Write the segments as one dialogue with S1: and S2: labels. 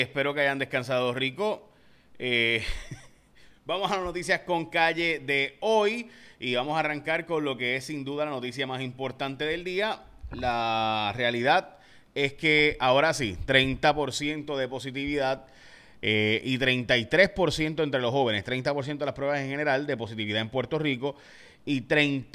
S1: Espero que hayan descansado rico. Eh, Vamos a las noticias con calle de hoy y vamos a arrancar con lo que es sin duda la noticia más importante del día. La realidad es que ahora sí, 30% de positividad y 33% entre los jóvenes, 30% de las pruebas en general de positividad en Puerto Rico y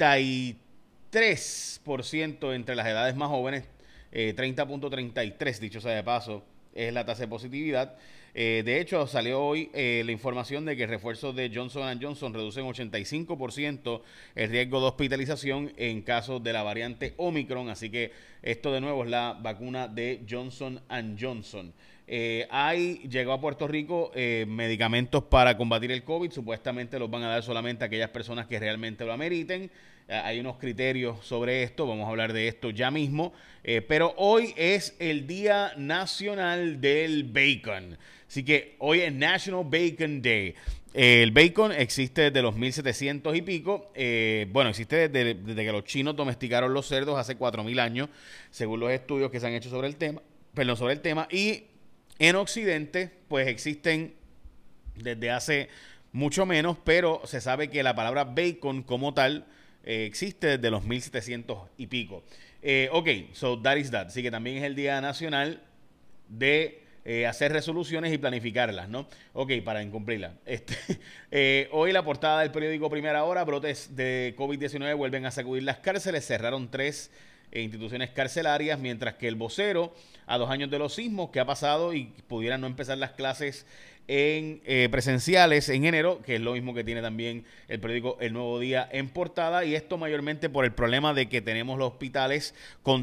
S1: 33% entre las edades más jóvenes, 30.33 dicho sea de paso, es la tasa de positividad. De hecho, salió hoy la información de que el refuerzo de Johnson Johnson reduce en 85% el riesgo de hospitalización en caso de la variante Omicron. Así que esto de nuevo es la vacuna de Johnson Johnson. Llegó a Puerto Rico medicamentos para combatir el COVID. Supuestamente los van a dar solamente a aquellas personas que realmente lo ameriten. Hay unos criterios sobre esto, vamos a hablar de esto ya mismo, pero hoy es el Día Nacional del Bacon, así que hoy es National Bacon Day. El bacon existe desde los 1700 y pico, bueno, existe desde que los chinos domesticaron los cerdos hace 4000 años, según los estudios que se han hecho sobre el tema, y en Occidente pues existen desde hace mucho menos, pero se sabe que la palabra bacon como tal existe desde los 1700 y pico. Ok, so that is that. Así que también es el Día Nacional de hacer resoluciones y planificarlas, ¿no? Ok, para incumplirlas. Hoy la portada del periódico Primera Hora: brotes de COVID-19 vuelven a sacudir las cárceles. Cerraron 3 instituciones carcelarias, mientras que el vocero, a 2 años de los sismos, que ha pasado y pudieran no empezar las clases en presenciales en enero, que es lo mismo que tiene también el periódico El Nuevo Día en portada, y esto mayormente por el problema de que tenemos los hospitales con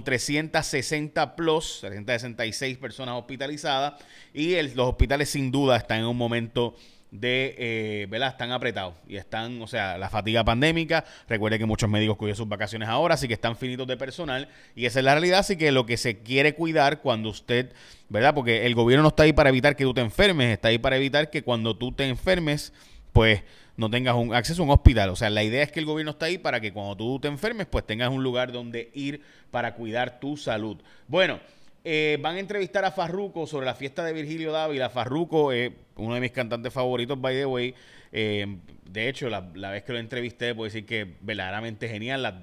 S1: 366 personas hospitalizadas, y los hospitales sin duda están en un momento ¿verdad? Están apretados y están, o sea, la fatiga pandémica. Recuerde que muchos médicos cuidan sus vacaciones ahora, así que están finitos de personal, y esa es la realidad. Así que lo que se quiere cuidar cuando usted, ¿verdad? Porque el gobierno no está ahí para evitar que tú te enfermes, está ahí para evitar que cuando tú te enfermes, pues no tengas acceso a un hospital. O sea, la idea es que el gobierno está ahí para que cuando tú te enfermes, pues tengas un lugar donde ir para cuidar tu salud. Bueno, van a entrevistar a Farruko sobre la fiesta de Virgilio Dávila. Farruko es uno de mis cantantes favoritos, by the way. De hecho, la vez que lo entrevisté, puedo decir que verdaderamente genial. Las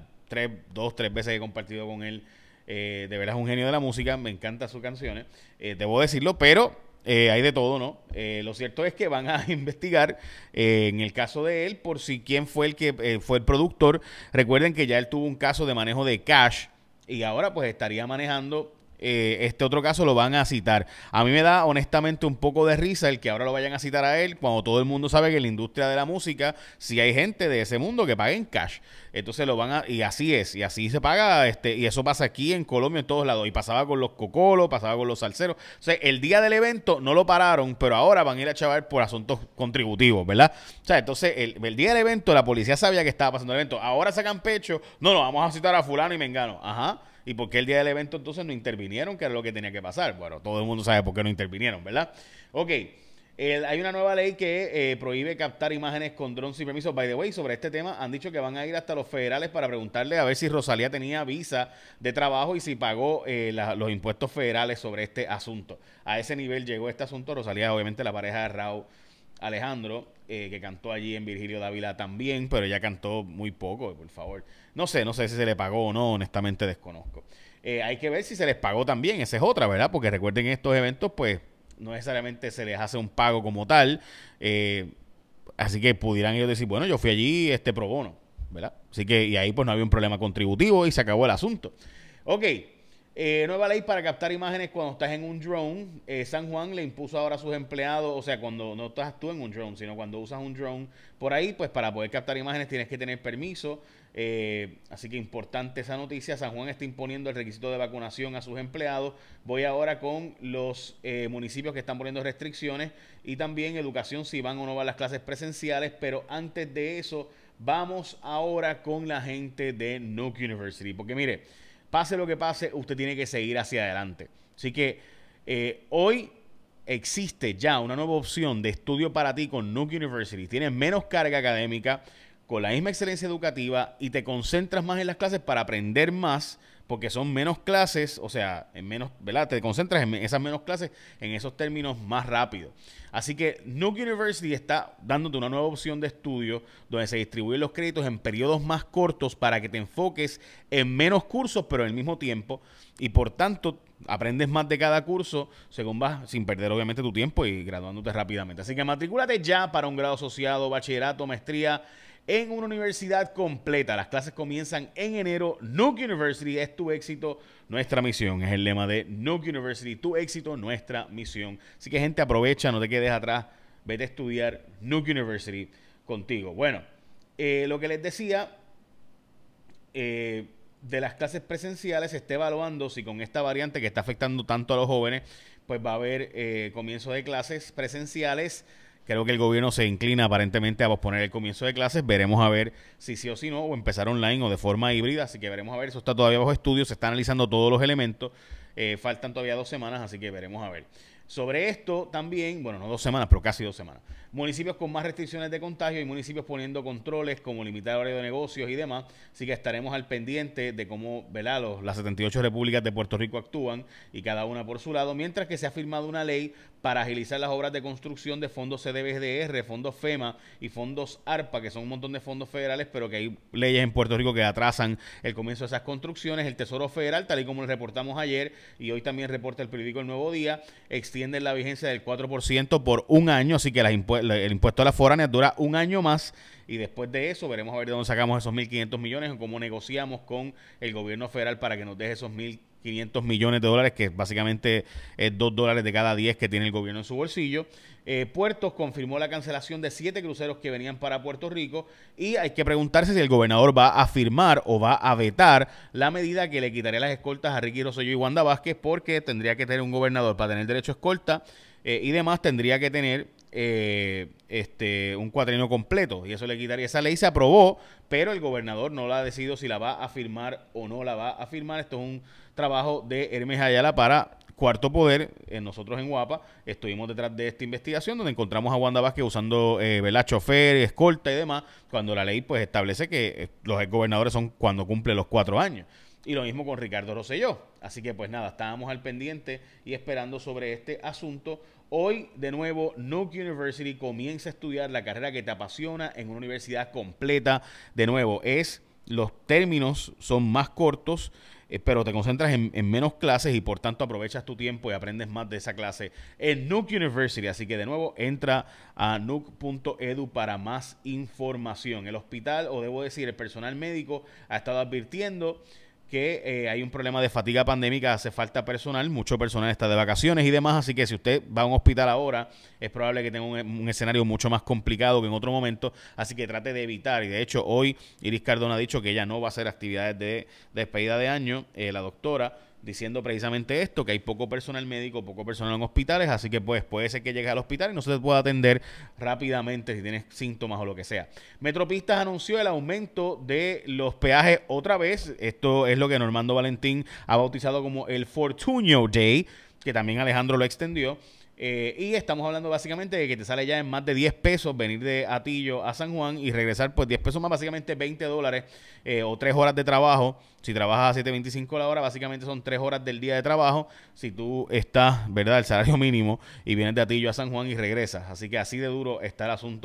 S1: 3 veces que he compartido con él, de verdad es un genio de la música. Me encantan sus canciones, debo decirlo, pero hay de todo, ¿no? Lo cierto es que van a investigar en el caso de él por si quién fue el que fue el productor. Recuerden que ya él tuvo un caso de manejo de cash y ahora pues estaría manejando este otro caso. Lo van a citar. A mí me da honestamente un poco de risa el que ahora lo vayan a citar a él, cuando todo el mundo sabe que en la industria de la música sí hay gente de ese mundo que paga en cash. Entonces lo van a, y así es, y así se paga, y eso pasa aquí en Colombia, en todos lados, y pasaba con los cocolos, pasaba con los salseros. O sea, el día del evento no lo pararon, pero ahora van a ir a chavar por asuntos contributivos, ¿verdad? O sea, entonces el día del evento la policía sabía que estaba pasando el evento, ahora sacan pecho, no, vamos a citar a fulano y mengano, ajá. ¿Y por qué el día del evento entonces no intervinieron? Que era lo que tenía que pasar. Bueno, todo el mundo sabe por qué no intervinieron, ¿verdad? Ok. Hay una nueva ley que prohíbe captar imágenes con drones sin permiso. By the way, sobre este tema han dicho que van a ir hasta los federales para preguntarle a ver si Rosalía tenía visa de trabajo y si pagó los impuestos federales sobre este asunto. A ese nivel llegó este asunto. Rosalía, obviamente, la pareja de Rauw Alejandro, que cantó allí en Virgilio Dávila también, pero ella cantó muy poco, por favor. No sé si se le pagó o no, honestamente desconozco. Hay que ver si se les pagó también, esa es otra, ¿verdad? Porque recuerden que estos eventos, pues, no necesariamente se les hace un pago como tal, así que pudieran ellos decir, bueno, yo fui allí pro bono, ¿verdad? Así que, y ahí pues no había un problema contributivo y se acabó el asunto. Ok. Nueva ley para captar imágenes cuando estás en un drone. San Juan le impuso ahora a sus empleados, o sea, cuando no estás tú en un drone, sino cuando usas un drone por ahí, pues para poder captar imágenes tienes que tener permiso. Así que importante esa noticia. San Juan está imponiendo el requisito de vacunación a sus empleados. Voy ahora con los municipios que están poniendo restricciones, y también educación, si van o no van las clases presenciales. Pero antes de eso, vamos ahora con la gente de Nuke University, porque mire, pase lo que pase, usted tiene que seguir hacia adelante. Así que hoy existe ya una nueva opción de estudio para ti con Nuke University. Tienes menos carga académica, con la misma excelencia educativa y te concentras más en las clases para aprender más, porque son menos clases, o sea, en menos, ¿verdad? Te concentras en esas menos clases, en esos términos más rápido. Así que Nuke University está dándote una nueva opción de estudio donde se distribuyen los créditos en periodos más cortos para que te enfoques en menos cursos, pero al mismo tiempo, y por tanto aprendes más de cada curso según vas, sin perder obviamente tu tiempo y graduándote rápidamente. Así que matricúlate ya para un grado asociado, bachillerato, maestría en una universidad completa. Las clases comienzan en enero. Nuke University es tu éxito, nuestra misión. Es el lema de Nuke University, tu éxito, nuestra misión. Así que gente, aprovecha, no te quedes atrás, vete a estudiar Nuke University contigo. Bueno, lo que les decía, de las clases presenciales se está evaluando si con esta variante que está afectando tanto a los jóvenes, pues va a haber comienzo de clases presenciales. Creo que el gobierno se inclina aparentemente a posponer el comienzo de clases. Veremos a ver si sí o si no, o empezar online o de forma híbrida. Así que veremos a ver. Eso está todavía bajo estudio. Se está analizando todos los elementos. Faltan todavía 2 semanas, así que veremos a ver. Sobre esto también, bueno, no 2 semanas, pero casi 2 semanas. Municipios con más restricciones de contagio y municipios poniendo controles como limitar el horario de negocios y demás. Así que estaremos al pendiente de cómo, ¿verdad?, las 78 repúblicas de Puerto Rico actúan y cada una por su lado. Mientras que se ha firmado una ley para agilizar las obras de construcción de fondos CDBGDR, fondos FEMA y fondos ARPA, que son un montón de fondos federales, pero que hay leyes en Puerto Rico que atrasan el comienzo de esas construcciones. El Tesoro Federal, tal y como lo reportamos ayer y hoy también reporta el periódico El Nuevo Día, extienden la vigencia del 4% por un año, así que el impuesto a las foráneas dura un año más y después de eso veremos a ver de dónde sacamos esos 1.500 millones o cómo negociamos con el gobierno federal para que nos deje esos 1.500 millones de dólares, que básicamente es $2 de cada 10 que tiene el gobierno en su bolsillo. Puertos confirmó la cancelación de 7 cruceros que venían para Puerto Rico y hay que preguntarse si el gobernador va a firmar o va a vetar la medida que le quitaría las escoltas a Ricky Rosselló y Wanda Vázquez, porque tendría que tener un gobernador para tener derecho a escolta y demás, tendría que tener un cuatrienio completo y eso le quitaría. Esa ley se aprobó, pero el gobernador no la ha decidido si la va a firmar o no la va a firmar. Esto es un trabajo de Hermes Ayala para Cuarto Poder. Nosotros en Guapa estuvimos detrás de esta investigación donde encontramos a Wanda Vázquez usando chofer, escolta y demás, cuando la ley pues establece que los gobernadores son cuando cumple los 4 años. Y lo mismo con Ricardo Rosselló. Así que pues nada, estábamos al pendiente y esperando sobre este asunto. Hoy, de nuevo, Nuke University comienza a estudiar la carrera que te apasiona en una universidad completa. De nuevo, los términos son más cortos, pero te concentras en menos clases y por tanto aprovechas tu tiempo y aprendes más de esa clase en Nuke University. Así que de nuevo, entra a nuke.edu para más información. El hospital, o debo decir, el personal médico ha estado advirtiendo que hay un problema de fatiga pandémica, hace falta personal, mucho personal está de vacaciones y demás, así que si usted va a un hospital ahora, es probable que tenga un escenario mucho más complicado que en otro momento, así que trate de evitar, y de hecho hoy Iris Cardona ha dicho que ella no va a hacer actividades de despedida de año, la doctora, diciendo precisamente esto, que hay poco personal médico, poco personal en hospitales, así que pues puede ser que llegue al hospital y no se te pueda atender rápidamente si tienes síntomas o lo que sea. Metropistas anunció el aumento de los peajes otra vez. Esto es lo que Normando Valentín ha bautizado como el Fortunio Day, que también Alejandro lo extendió. Y estamos hablando básicamente de que te sale ya en más de 10 pesos venir de Atillo a San Juan y regresar pues 10 pesos más, básicamente $20 o 3 horas de trabajo. Si trabajas a 7.25 la hora, básicamente son 3 horas del día de trabajo. Si tú estás, ¿verdad?, el salario mínimo y vienes de Atillo a San Juan y regresas. Así que así de duro está el asunto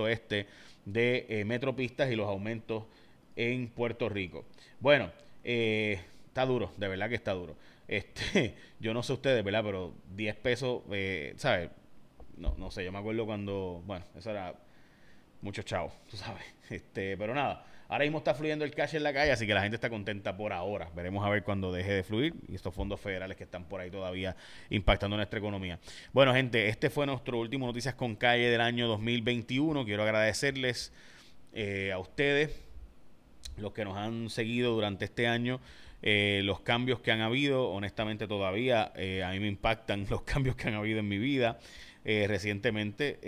S1: de Metropistas y los aumentos en Puerto Rico. Bueno, está duro, de verdad que está duro. Yo no sé ustedes, ¿verdad? Pero 10 pesos, ¿sabes? No sé, yo me acuerdo cuando, bueno, eso era muchos chavos, tú sabes. Pero nada, ahora mismo está fluyendo el cash en la calle, así que la gente está contenta por ahora. Veremos a ver cuando deje de fluir y estos fondos federales que están por ahí todavía impactando nuestra economía. Bueno, gente, este fue nuestro último Noticias con Calle del año 2021. Quiero agradecerles a ustedes, los que nos han seguido durante este año. Los cambios que han habido, honestamente todavía a mí me impactan los cambios que han habido en mi vida recientemente,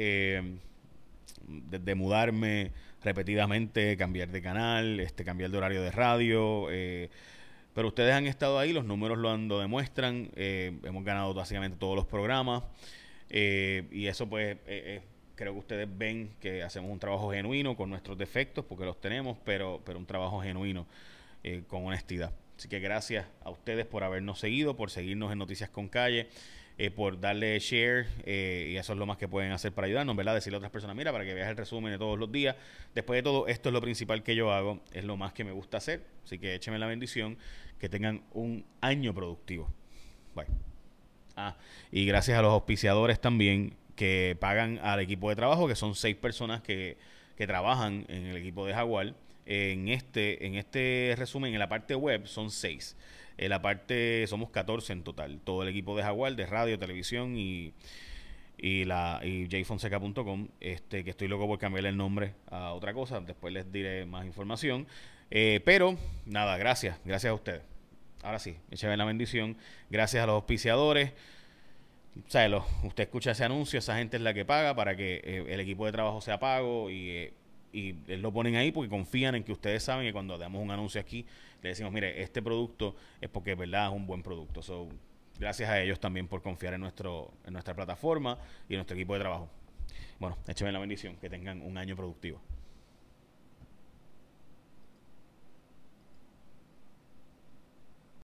S1: desde mudarme repetidamente, cambiar de canal, cambiar de horario de radio, pero ustedes han estado ahí, los números lo demuestran, hemos ganado básicamente todos los programas y eso pues creo que ustedes ven que hacemos un trabajo genuino con nuestros defectos, porque los tenemos, pero un trabajo genuino con honestidad. Así que gracias a ustedes por habernos seguido, por seguirnos en Noticias con Calle, por darle share, y eso es lo más que pueden hacer para ayudarnos, ¿verdad? Decirle a otras personas, mira, para que veas el resumen de todos los días. Después de todo, esto es lo principal que yo hago, es lo más que me gusta hacer, así que échenme la bendición, que tengan un año productivo. Bye. Y gracias a los auspiciadores también que pagan al equipo de trabajo, que son 6 personas que trabajan en el equipo de Jaguar. En este resumen, en la parte web son 6. En la parte somos 14 en total. Todo el equipo de Jaguar, de radio, televisión y jfonseca.com, que estoy loco por cambiarle el nombre a otra cosa. Después les diré más información. Pero nada, gracias a ustedes. Ahora sí, échame la bendición. Gracias a los auspiciadores. O sea, usted escucha ese anuncio, esa gente es la que paga para que el equipo de trabajo sea pago, y lo ponen ahí porque confían en que ustedes saben que cuando damos un anuncio aquí le decimos, mire, este producto es porque verdad es un buen producto. Gracias a ellos también por confiar en nuestra plataforma y en nuestro equipo de trabajo. Bueno, échenme la bendición, que tengan un año productivo.